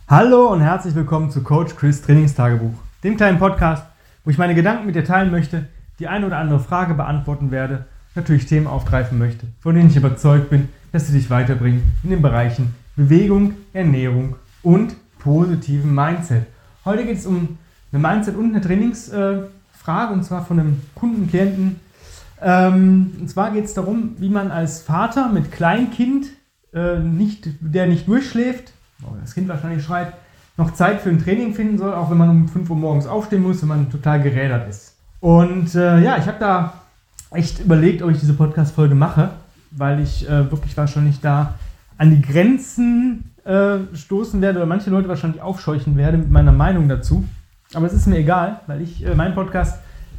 Hallo und herzlich willkommen zu Coach Chris Trainingstagebuch, dem kleinen Podcast, wo ich meine Gedanken mit dir teilen möchte, die eine oder andere Frage beantworten werde, natürlich Themen aufgreifen möchte, von denen ich überzeugt bin, dass sie dich weiterbringen in den Bereichen Bewegung, Ernährung und positiven Mindset. Heute geht es um eine Mindset- und eine Trainingsfrage, und zwar von einem Kunden, und zwar geht es darum, wie man als Vater mit Kleinkind, der nicht durchschläft, das Kind wahrscheinlich schreit, noch Zeit für ein Training finden soll, auch wenn man um 5 Uhr morgens aufstehen muss, wenn man total gerädert ist. Und ich habe da echt überlegt, ob ich diese Podcast-Folge mache, weil ich wirklich wahrscheinlich da an die Grenzen stoßen werde oder manche Leute wahrscheinlich aufscheuchen werde mit meiner Meinung dazu. Aber es ist mir egal, weil in meinem Podcast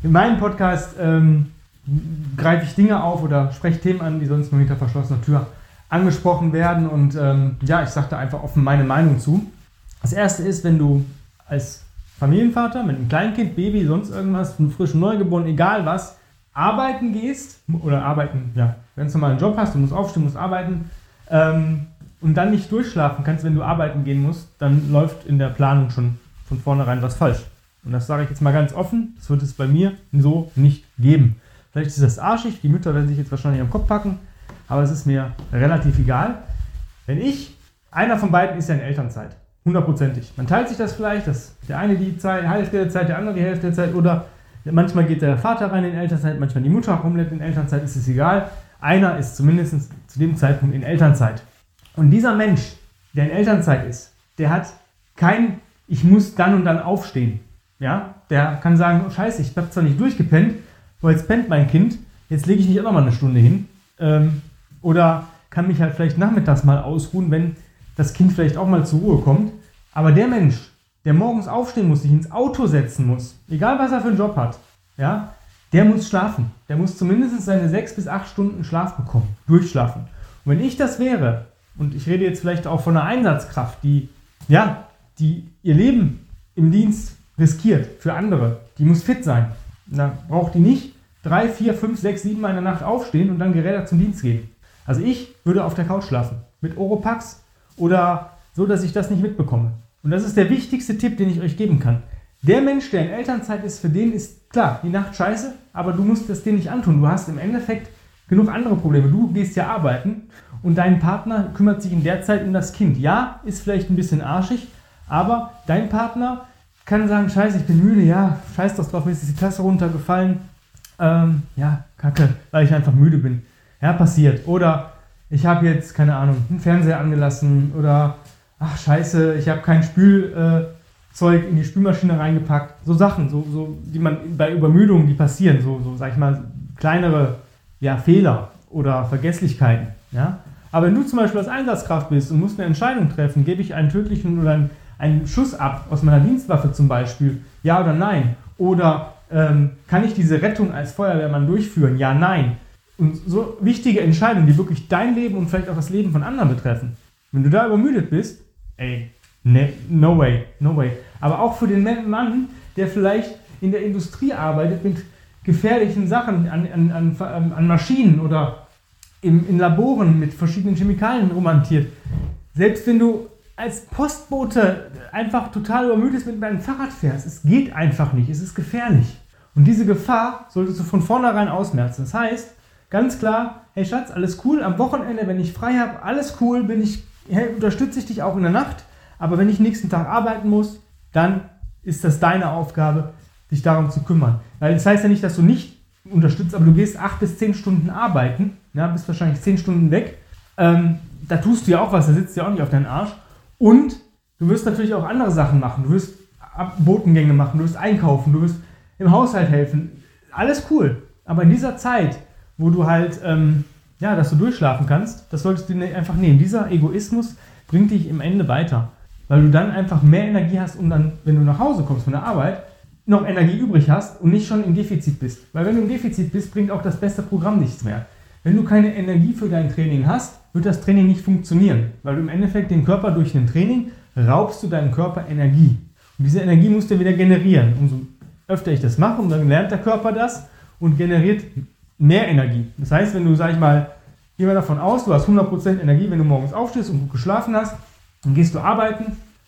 greife ich Dinge auf oder spreche Themen an, die sonst nur hinter verschlossener Tür angesprochen werden, und ich sage da einfach offen meine Meinung zu. Das erste ist, wenn du als Familienvater mit einem Kleinkind, Baby, sonst irgendwas, einem frischen Neugeborenen, egal was, arbeiten gehst oder wenn du mal einen Job hast, du musst aufstehen, musst arbeiten und dann nicht durchschlafen kannst, wenn du arbeiten gehen musst, dann läuft in der Planung schon von vornherein was falsch. Und das sage ich jetzt mal ganz offen, das wird es bei mir so nicht geben. Vielleicht ist das arschig, die Mütter werden sich jetzt wahrscheinlich am Kopf packen, aber es ist mir relativ egal. Einer von beiden ist ja in Elternzeit, 100%. Man teilt sich das vielleicht, dass der eine die Hälfte der Zeit, der andere die Hälfte der Zeit, oder manchmal geht der Vater rein in Elternzeit, manchmal die Mutter komplett in Elternzeit, ist es egal. Einer ist zumindest zu dem Zeitpunkt in Elternzeit. Und dieser Mensch, der in Elternzeit ist, der hat kein, ich muss dann und dann aufstehen. Ja? Der kann sagen, oh Scheiße, ich habe zwar nicht durchgepennt, aber jetzt pennt mein Kind, jetzt lege ich nicht auch nochmal eine Stunde hin. Oder kann mich halt vielleicht nachmittags mal ausruhen, wenn das Kind vielleicht auch mal zur Ruhe kommt. Aber der Mensch, der morgens aufstehen muss, sich ins Auto setzen muss, egal was er für einen Job hat, ja, der muss schlafen. Der muss zumindest seine 6 bis 8 Stunden Schlaf bekommen, durchschlafen. Und wenn ich das wäre, und ich rede jetzt vielleicht auch von einer Einsatzkraft, die ihr Leben im Dienst riskiert für andere, die muss fit sein. Da braucht die nicht 3, 4, 5, 6, 7 Mal in der Nacht aufstehen und dann gerädert zum Dienst gehen. Also ich würde auf der Couch schlafen, mit Oropax oder so, dass ich das nicht mitbekomme. Und das ist der wichtigste Tipp, den ich euch geben kann. Der Mensch, der in Elternzeit ist, für den ist klar, die Nacht scheiße, aber du musst das dir nicht antun. Du hast im Endeffekt genug andere Probleme. Du gehst ja arbeiten und dein Partner kümmert sich in der Zeit um das Kind. Ja, ist vielleicht ein bisschen arschig, aber dein Partner kann sagen, scheiße, ich bin müde, ja, scheiß doch drauf, mir ist die Tasse runtergefallen. Kacke, weil ich einfach müde bin. Ja, passiert. Oder ich habe jetzt, keine Ahnung, einen Fernseher angelassen oder ach scheiße, ich habe kein Spülzeug in die Spülmaschine reingepackt. So Sachen, so die man bei Übermüdung, die passieren, so sag ich mal, kleinere Fehler oder Vergesslichkeiten. Ja? Aber wenn du zum Beispiel als Einsatzkraft bist und musst eine Entscheidung treffen, gebe ich einen tödlichen oder einen Schuss ab aus meiner Dienstwaffe zum Beispiel, ja oder nein? Oder kann ich diese Rettung als Feuerwehrmann durchführen? Ja, nein. Und so wichtige Entscheidungen, die wirklich dein Leben und vielleicht auch das Leben von anderen betreffen. Wenn du da übermüdet bist, no way. Aber auch für den Mann, der vielleicht in der Industrie arbeitet mit gefährlichen Sachen an Maschinen oder in Laboren mit verschiedenen Chemikalien rumhantiert. Selbst wenn du als Postbote einfach total übermüdet mit deinem Fahrrad fährst, es geht einfach nicht, es ist gefährlich. Und diese Gefahr solltest du von vornherein ausmerzen. Das heißt, ganz klar, hey Schatz, alles cool, am Wochenende, wenn ich frei habe, alles cool, unterstütze ich dich auch in der Nacht, aber wenn ich nächsten Tag arbeiten muss, dann ist das deine Aufgabe, dich darum zu kümmern. Weil das heißt ja nicht, dass du nicht unterstützt, aber du gehst 8 bis 10 Stunden arbeiten, bist wahrscheinlich 10 Stunden weg, da tust du ja auch was, da sitzt du ja auch nicht auf deinen Arsch. Und du wirst natürlich auch andere Sachen machen. Du wirst Botengänge machen, du wirst einkaufen, du wirst im Haushalt helfen. Alles cool. Aber in dieser Zeit, wo du halt, dass du durchschlafen kannst, das solltest du einfach nehmen. Dieser Egoismus bringt dich im Ende weiter. Weil du dann einfach mehr Energie hast und dann, wenn du nach Hause kommst von der Arbeit, noch Energie übrig hast und nicht schon im Defizit bist. Weil wenn du im Defizit bist, bringt auch das beste Programm nichts mehr. Wenn du keine Energie für dein Training hast, wird das Training nicht funktionieren, weil du im Endeffekt den Körper durch ein Training raubst du deinem Körper Energie. Und diese Energie musst du wieder generieren. Umso öfter ich das mache, dann lernt der Körper das und generiert mehr Energie. Das heißt, wenn du, gehen wir davon aus, du hast 100% Energie, wenn du morgens aufstehst und gut geschlafen hast, dann gehst du arbeiten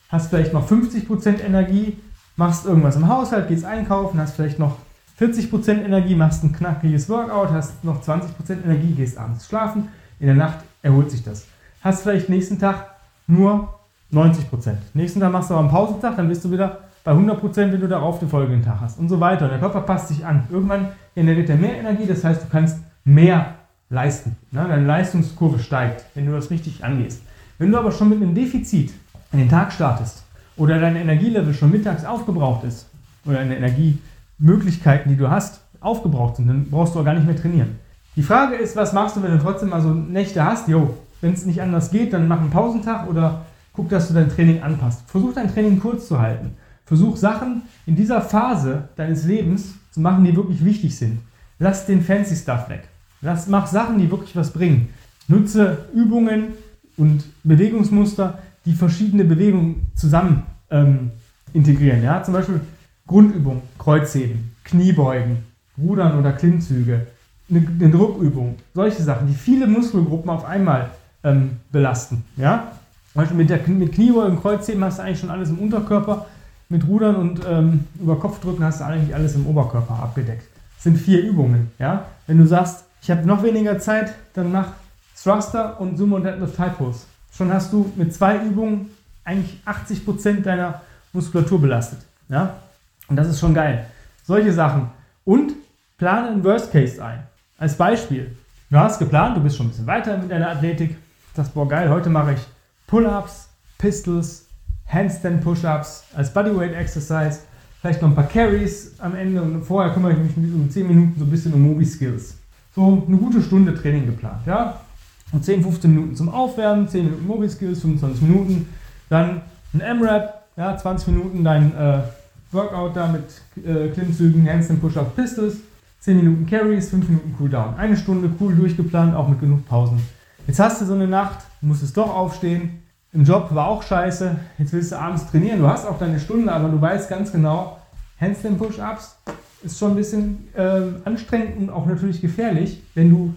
hast vielleicht noch 50% Energie, machst irgendwas im Haushalt, gehst einkaufen, hast vielleicht noch 40% Energie, machst ein knackiges Workout, hast noch 20% Energie, gehst abends schlafen, in der Nacht erholt sich das. Hast vielleicht nächsten Tag nur 90%. Nächsten Tag machst du aber einen Pausentag, dann bist du wieder bei 100%, wenn du darauf den folgenden Tag hast und so weiter. Und der Körper passt sich an. Irgendwann generiert er mehr Energie, das heißt, du kannst mehr leisten. Deine Leistungskurve steigt, wenn du das richtig angehst. Wenn du aber schon mit einem Defizit in den Tag startest oder dein Energielevel schon mittags aufgebraucht ist oder deine Energiemöglichkeiten, die du hast, aufgebraucht sind, dann brauchst du auch gar nicht mehr trainieren. Die Frage ist, was machst du, wenn du trotzdem mal so Nächte hast? Wenn es nicht anders geht, dann mach einen Pausentag oder guck, dass du dein Training anpasst. Versuch dein Training kurz zu halten. Versuch Sachen in dieser Phase deines Lebens zu machen, die wirklich wichtig sind. Lass den fancy Stuff weg. Mach Sachen, die wirklich was bringen. Nutze Übungen und Bewegungsmuster, die verschiedene Bewegungen zusammen integrieren. Ja? Zum Beispiel Grundübung, Kreuzheben, Kniebeugen, Rudern oder Klimmzüge, eine Druckübung, solche Sachen, die viele Muskelgruppen auf einmal belasten. Ja? Zum Beispiel mit Kniebeugen, Kreuzheben hast du eigentlich schon alles im Unterkörper, mit Rudern und über Kopfdrücken hast du eigentlich alles im Oberkörper abgedeckt. Das sind 4 Übungen. Ja? Wenn du sagst, ich habe noch weniger Zeit, dann mach Thruster und Sumo und Deadlift High Pulse. Schon hast du mit 2 Übungen eigentlich 80% deiner Muskulatur belastet. Ja? Und das ist schon geil. Solche Sachen. Und plane einen Worst Case ein. Als Beispiel. Du hast geplant, du bist schon ein bisschen weiter mit deiner Athletik. Das boah geil, heute mache ich Pull-Ups, Pistols, Handstand Push-Ups als Bodyweight Exercise. Vielleicht noch ein paar Carries am Ende und vorher kümmere ich mich um 10 Minuten so ein bisschen um Mobi-Skills. So eine gute Stunde Training geplant. Ja? Und 10, 15 Minuten zum Aufwärmen, 10 Minuten Mobi-Skills, 25 Minuten. Dann ein M-Rap, ja, 20 Minuten dein Workout da mit Klimmzügen, Handstand Push-Ups, Pistols. 10 Minuten Carries, 5 Minuten Cooldown. Eine Stunde cool durchgeplant, auch mit genug Pausen. Jetzt hast du so eine Nacht, musstest doch aufstehen. Im Job war auch scheiße. Jetzt willst du abends trainieren. Du hast auch deine Stunde, aber du weißt ganz genau, Handstand Push-Ups ist schon ein bisschen anstrengend und auch natürlich gefährlich, wenn du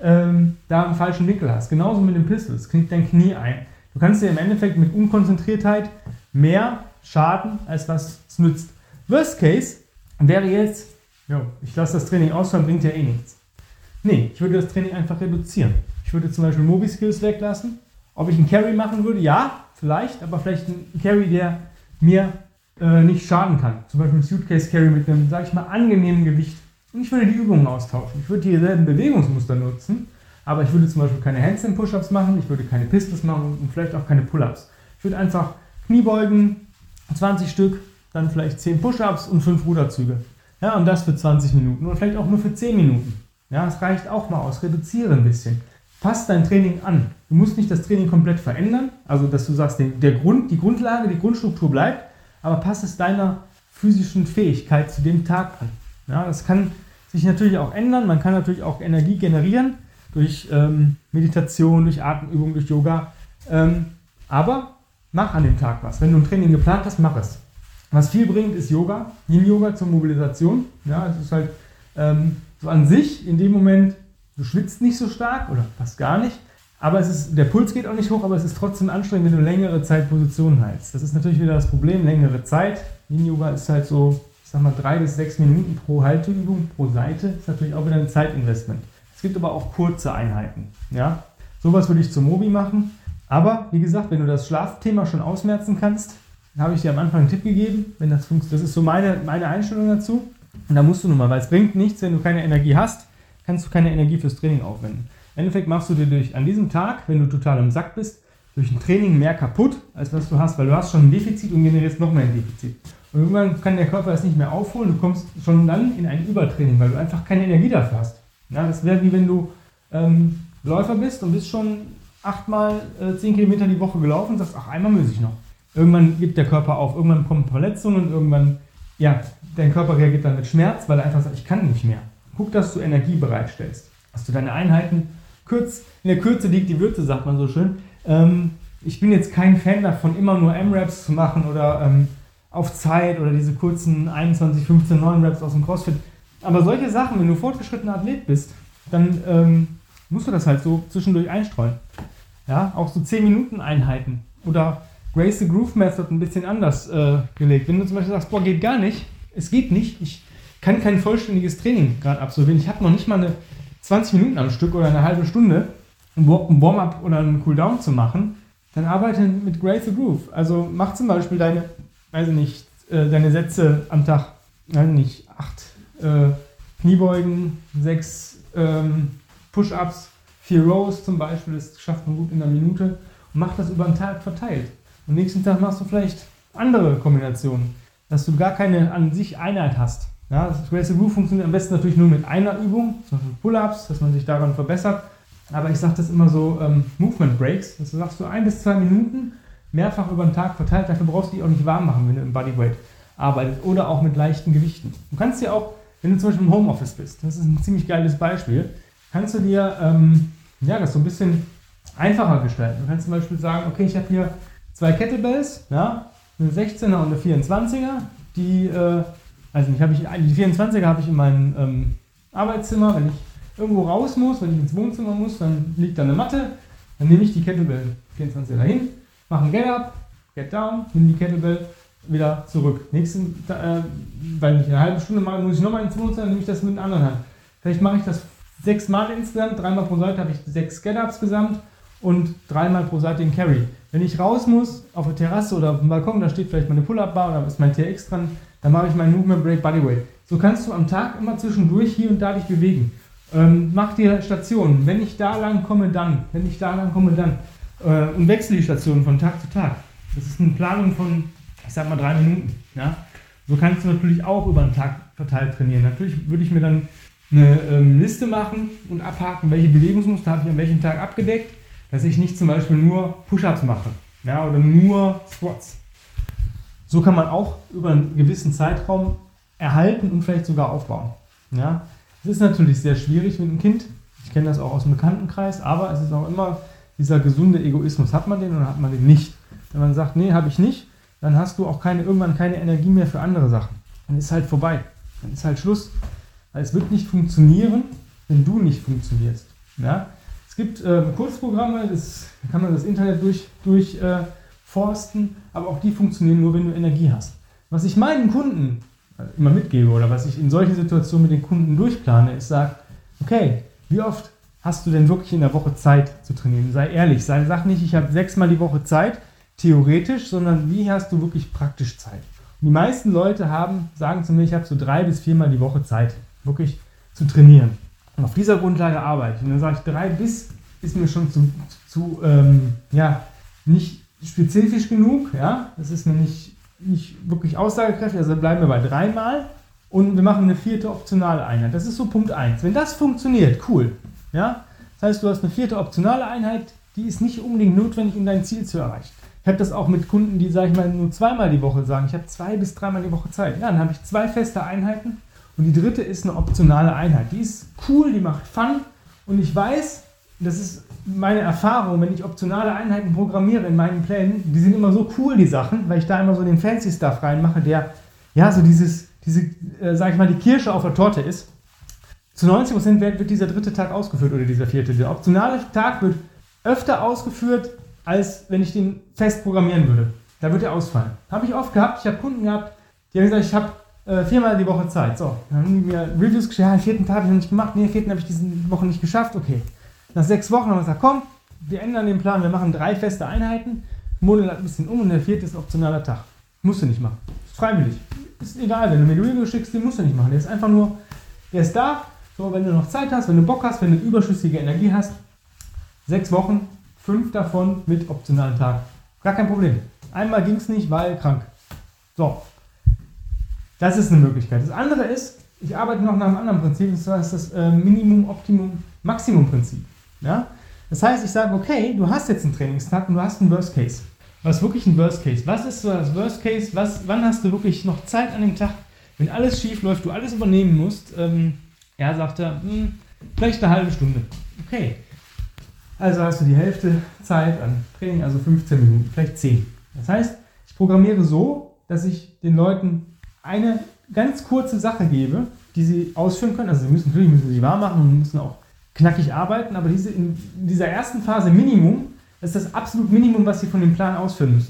da einen falschen Winkel hast. Genauso mit den Pistols. Knickt dein Knie ein. Du kannst dir im Endeffekt mit Unkonzentriertheit mehr schaden, als was es nützt. Worst Case wäre jetzt, ich lasse das Training ausfallen, bringt ja eh nichts. Nee, ich würde das Training einfach reduzieren. Ich würde zum Beispiel Mobi-Skills weglassen. Ob ich einen Carry machen würde? Ja, vielleicht, aber vielleicht einen Carry, der mir nicht schaden kann. Zum Beispiel ein Suitcase-Carry mit einem, sag ich mal, angenehmen Gewicht. Und ich würde die Übungen austauschen. Ich würde dieselben Bewegungsmuster nutzen, aber ich würde zum Beispiel keine Handstand-Push-Ups machen, ich würde keine Pistols machen und vielleicht auch keine Pull-Ups. Ich würde einfach Kniebeugen, 20 Stück, dann vielleicht 10 Push-Ups und 5 Ruderzüge. Ja, und das für 20 Minuten oder vielleicht auch nur für 10 Minuten. Ja, das reicht auch mal aus. Reduziere ein bisschen. Pass dein Training an. Du musst nicht das Training komplett verändern, also dass du sagst, die Grundlage, die Grundstruktur bleibt, aber pass es deiner physischen Fähigkeit zu dem Tag an. Ja, das kann sich natürlich auch ändern. Man kann natürlich auch Energie generieren durch Meditation, durch Atemübungen, durch Yoga. Aber mach an dem Tag was. Wenn du ein Training geplant hast, mach es. Was viel bringt, ist Yoga. Yin-Yoga zur Mobilisation. Ja, es ist halt so an sich in dem Moment, du schwitzt nicht so stark oder fast gar nicht. Aber der Puls geht auch nicht hoch, aber es ist trotzdem anstrengend, wenn du längere Zeit Positionen hältst. Das ist natürlich wieder das Problem, längere Zeit. Yin-Yoga ist halt so, ich sag mal, 3 bis 6 Minuten pro Halteübung, pro Seite. Das ist natürlich auch wieder ein Zeitinvestment. Es gibt aber auch kurze Einheiten. Ja? Sowas würde ich zur Mobi machen. Aber wie gesagt, wenn du das Schlafthema schon ausmerzen kannst, habe ich dir am Anfang einen Tipp gegeben. Wenn das funktioniert, das ist so meine Einstellung dazu. Und da musst du nun mal, weil es bringt nichts, wenn du keine Energie hast, kannst du keine Energie fürs Training aufwenden. Im Endeffekt machst du dir an diesem Tag, wenn du total im Sack bist, durch ein Training mehr kaputt, als was du hast, weil du hast schon ein Defizit und generierst noch mehr ein Defizit. Und irgendwann kann der Körper das nicht mehr aufholen, du kommst schon dann in ein Übertraining, weil du einfach keine Energie dafür hast. Ja, das wäre wie wenn du Läufer bist und bist schon 8 mal 10 Kilometer die Woche gelaufen und sagst, ach, einmal muss ich noch. Irgendwann gibt der Körper auf, irgendwann kommen Verletzungen und irgendwann, dein Körper reagiert dann mit Schmerz, weil er einfach sagt, ich kann nicht mehr. Guck, dass du Energie bereitstellst, dass du deine Einheiten in der Kürze liegt die Würze, sagt man so schön. Ich bin jetzt kein Fan davon, immer nur M-Raps zu machen oder auf Zeit oder diese kurzen 21, 15, 9 Raps aus dem CrossFit. Aber solche Sachen, wenn du fortgeschrittener Athlet bist, dann musst du das halt so zwischendurch einstreuen. Ja, auch so 10 Minuten Einheiten oder Grace the Groove Method ein bisschen anders gelegt. Wenn du zum Beispiel sagst, boah, geht gar nicht, es geht nicht, ich kann kein vollständiges Training gerade absolvieren, ich habe noch nicht mal eine 20 Minuten am Stück oder eine halbe Stunde, um ein Warm-up oder einen Cooldown zu machen, dann arbeite mit Grace the Groove. Also mach zum Beispiel deine Sätze am Tag, 8 Kniebeugen, 6 Push-Ups, 4 Rows zum Beispiel, das schafft man gut in einer Minute und mach das über den Tag verteilt. Am nächsten Tag machst du vielleicht andere Kombinationen, dass du gar keine an sich Einheit hast. Ja, das Grace the Groove funktioniert am besten natürlich nur mit einer Übung, zum Beispiel Pull-Ups, dass man sich daran verbessert. Aber ich sage das immer so, Movement Breaks, das sagst du 1 bis 2 Minuten, mehrfach über den Tag verteilt, dafür brauchst du dich auch nicht warm machen, wenn du im Bodyweight arbeitest oder auch mit leichten Gewichten. Du kannst dir auch, wenn du zum Beispiel im Homeoffice bist, das ist ein ziemlich geiles Beispiel, kannst du dir das so ein bisschen einfacher gestalten. Du kannst zum Beispiel sagen, okay, ich habe hier 2 Kettlebells, ja, eine 16er und eine 24er, die 24er habe ich in meinem Arbeitszimmer, wenn ich irgendwo raus muss, wenn ich ins Wohnzimmer muss, dann liegt da eine Matte, dann nehme ich die Kettlebell 24 dahin, mache ein Get Up, Get Down, nehme die Kettlebell wieder zurück. Weil ich eine halbe Stunde mache, muss ich nochmal ins Wohnzimmer, dann nehme ich das mit einer anderen Hand. Vielleicht mache ich das 6 Mal insgesamt, 3 Mal pro Seite habe ich 6 Get Ups gesamt und 3 Mal pro Seite den Carry. Wenn ich raus muss, auf der Terrasse oder auf dem Balkon, da steht vielleicht meine Pull-Up-Bar oder ist mein TX dran, dann mache ich meinen Movement Break Bodyweight. So kannst du am Tag immer zwischendurch hier und da dich bewegen. Mach dir Stationen. Wenn ich da lang komme, dann. Wenn ich da lang komme, dann. Und wechsle die Stationen von Tag zu Tag. Das ist eine Planung von, 3 Minuten. Ja? So kannst du natürlich auch über den Tag verteilt trainieren. Natürlich würde ich mir dann eine Liste machen und abhaken, welche Bewegungsmuster habe ich an welchem Tag abgedeckt, dass ich nicht zum Beispiel nur Push-Ups mache, ja, oder nur Squats. So kann man auch über einen gewissen Zeitraum erhalten und vielleicht sogar aufbauen. Ja? Es ist natürlich sehr schwierig mit einem Kind. Ich kenne das auch aus dem Bekanntenkreis, aber es ist auch immer dieser gesunde Egoismus. Hat man den oder hat man den nicht? Wenn man sagt, nee, habe ich nicht, dann hast du auch irgendwann keine Energie mehr für andere Sachen. Dann ist halt vorbei. Dann ist halt Schluss. Weil es wird nicht funktionieren, wenn du nicht funktionierst. Ja? Es gibt Kurzprogramme, da kann man das Internet durchforsten, aber auch die funktionieren nur, wenn du Energie hast. Was ich meinen Kunden immer mitgebe oder was ich in solchen Situationen mit den Kunden durchplane, ist, sag, okay, wie oft hast du denn wirklich in der Woche Zeit zu trainieren? Sei ehrlich, sag nicht, ich habe 6 Mal die Woche Zeit, theoretisch, sondern wie hast du wirklich praktisch Zeit? Und die meisten Leute sagen zu mir, ich habe so 3 bis 4 Mal die Woche Zeit, wirklich zu trainieren. Und auf dieser Grundlage arbeite ich. Und dann sage ich, 3 bis ist mir schon nicht spezifisch genug, ja, das ist mir nicht wirklich aussagekräftig, also bleiben wir bei 3 Mal und wir machen eine 4. optionale Einheit. Das ist so Punkt 1. Wenn das funktioniert, cool. Ja? Das heißt, du hast eine 4. optionale Einheit, die ist nicht unbedingt notwendig, um dein Ziel zu erreichen. Ich habe das auch mit Kunden, die, sage ich mal, nur 2 Mal die Woche sagen, ich habe 2 bis 3 Mal die Woche Zeit. Ja, dann habe ich 2 feste Einheiten und die 3. ist eine optionale Einheit. Die ist cool, die macht Fun und ich weiß, das ist meine Erfahrung, wenn ich optionale Einheiten programmiere in meinen Plänen, die sind immer so cool, die Sachen, weil ich da immer so den fancy Stuff reinmache, der ja so diese sag ich mal, die Kirsche auf der Torte ist. Zu 90% wird dieser 3. Tag ausgeführt oder dieser 4. Der optionale Tag wird öfter ausgeführt, als wenn ich den fest programmieren würde. Da wird er ausfallen. Habe ich oft gehabt, ich habe Kunden gehabt, die haben gesagt, ich habe 4 Mal die Woche Zeit. So, dann haben die mir Reviews geschrieben, ja, den 4. Tag habe ich noch nicht gemacht, nee, den 4. habe ich diese Woche nicht geschafft, okay. Nach 6 Wochen haben wir gesagt, komm, wir ändern den Plan, wir machen 3 feste Einheiten, modeln ein bisschen um und der 4. ist ein optionaler Tag. Musst du nicht machen. Ist freiwillig. Ist egal, wenn du mir Review schickst, den musst du nicht machen. Der ist einfach nur, der ist da, so, wenn du noch Zeit hast, wenn du Bock hast, wenn du überschüssige Energie hast, 6 Wochen, 5 davon mit optionalen Tag. Gar kein Problem. Einmal ging es nicht, weil krank. So. Das ist eine Möglichkeit. Das andere ist, ich arbeite noch nach einem anderen Prinzip, und zwar ist das Minimum, Optimum, Maximum Prinzip. Ja? Das heißt, ich sage, okay, du hast jetzt einen Trainingstag und du hast einen Worst Case. Was ist wirklich ein Worst Case? Was ist so das Worst Case? Wann hast du wirklich noch Zeit an dem Tag, wenn alles schief läuft, du alles übernehmen musst? Er sagte, vielleicht eine halbe Stunde. Okay. Also hast du die Hälfte Zeit an Training, also 15 Minuten, vielleicht 10. Das heißt, ich programmiere so, dass ich den Leuten eine ganz kurze Sache gebe, die sie ausführen können. Also natürlich müssen sie warm machen und müssen auch knackig arbeiten, aber in dieser ersten Phase Minimum, das ist das absolute Minimum, was sie von dem Plan ausführen müssen.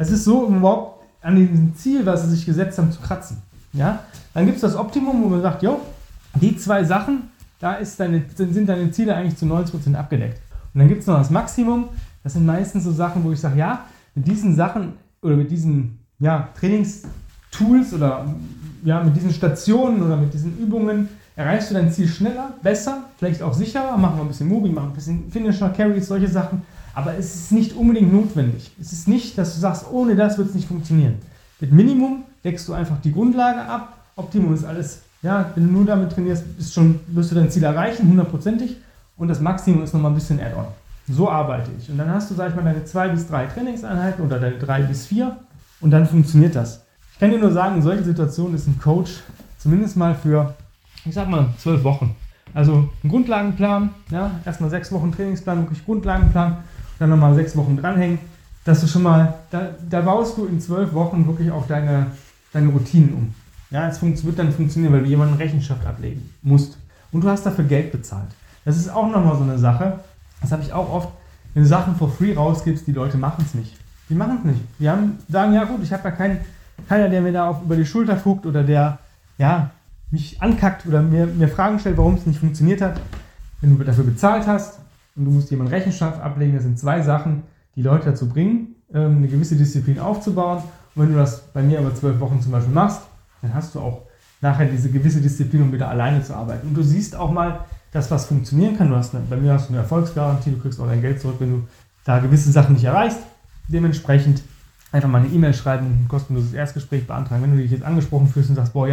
Das ist so, um überhaupt an diesem Ziel, was sie sich gesetzt haben, zu kratzen. Ja? Dann gibt es das Optimum, wo man sagt, jo, die 2 Sachen, da sind deine Ziele eigentlich zu 90% abgedeckt. Und dann gibt es noch das Maximum, das sind meistens so Sachen, wo ich sage, ja, mit diesen Sachen oder mit diesen Trainingstools oder mit diesen Stationen oder mit diesen Übungen erreichst du dein Ziel schneller, besser, vielleicht auch sicherer, machen wir ein bisschen Moving, machen ein bisschen Finisher, Carries, solche Sachen, aber es ist nicht unbedingt notwendig. Es ist nicht, dass du sagst, ohne das wird es nicht funktionieren. Mit Minimum deckst du einfach die Grundlage ab, Optimum ist alles, wenn du nur damit trainierst, wirst du dein Ziel erreichen, 100%ig, und das Maximum ist nochmal ein bisschen Add-on. So arbeite ich. Und dann hast du, sag ich mal, deine 2 bis 3 Trainingseinheiten oder deine 3 bis 4 und dann funktioniert das. Ich kann dir nur sagen, in solchen Situationen ist ein Coach zumindest mal für, 12 Wochen. Also ein Grundlagenplan, erstmal 6 Wochen Trainingsplan, wirklich Grundlagenplan, dann nochmal 6 Wochen dranhängen, dass du schon mal, da baust du in 12 Wochen wirklich auf deine Routinen um. Ja, es wird dann funktionieren, weil du jemandem Rechenschaft ablegen musst. Und du hast dafür Geld bezahlt. Das ist auch nochmal so eine Sache, das habe ich auch oft, wenn du Sachen for free rausgibst, die Leute machen es nicht. Die machen es nicht. Die sagen, ja gut, ich habe ja keiner, der mir da über die Schulter guckt oder der mich ankackt oder mir Fragen stellt, warum es nicht funktioniert hat. Wenn du dafür bezahlt hast und du musst jemandem Rechenschaft ablegen, das sind 2 Sachen, die Leute dazu bringen, eine gewisse Disziplin aufzubauen. Und wenn du das bei mir über 12 Wochen zum Beispiel machst, dann hast du auch nachher diese gewisse Disziplin, um wieder alleine zu arbeiten. Und du siehst auch mal, dass was funktionieren kann. Bei mir hast du eine Erfolgsgarantie, du kriegst auch dein Geld zurück, wenn du da gewisse Sachen nicht erreichst. Dementsprechend einfach mal eine E-Mail schreiben und ein kostenloses Erstgespräch beantragen. Wenn du dich jetzt angesprochen fühlst und sagst,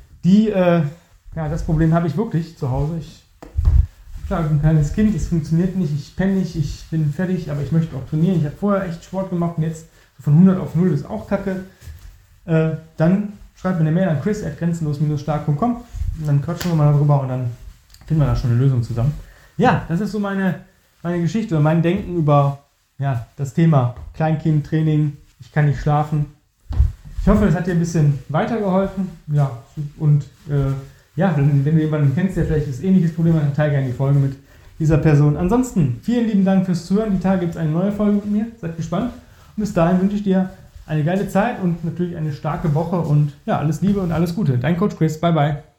das Problem habe ich wirklich zu Hause. Ich habe ein kleines Kind, es funktioniert nicht, ich penne nicht, ich bin fertig, aber ich möchte auch trainieren. Ich habe vorher echt Sport gemacht und jetzt von 100 auf 0 ist auch kacke. Dann schreib mir eine Mail an chris@grenzenlos-stark.com und dann quatschen wir mal darüber und dann finden wir da schon eine Lösung zusammen. Ja, das ist so meine Geschichte oder mein Denken über das Thema Kleinkind-Training. Ich kann nicht schlafen. Ich hoffe, das hat dir ein bisschen weitergeholfen. Ja, und wenn du jemanden kennst, der vielleicht ein ähnliches Problem hat, dann teile gerne die Folge mit dieser Person. Ansonsten, vielen lieben Dank fürs Zuhören. Die Tage gibt es eine neue Folge mit mir. Seid gespannt. Und bis dahin wünsche ich dir eine geile Zeit und natürlich eine starke Woche und alles Liebe und alles Gute. Dein Coach Chris. Bye, bye.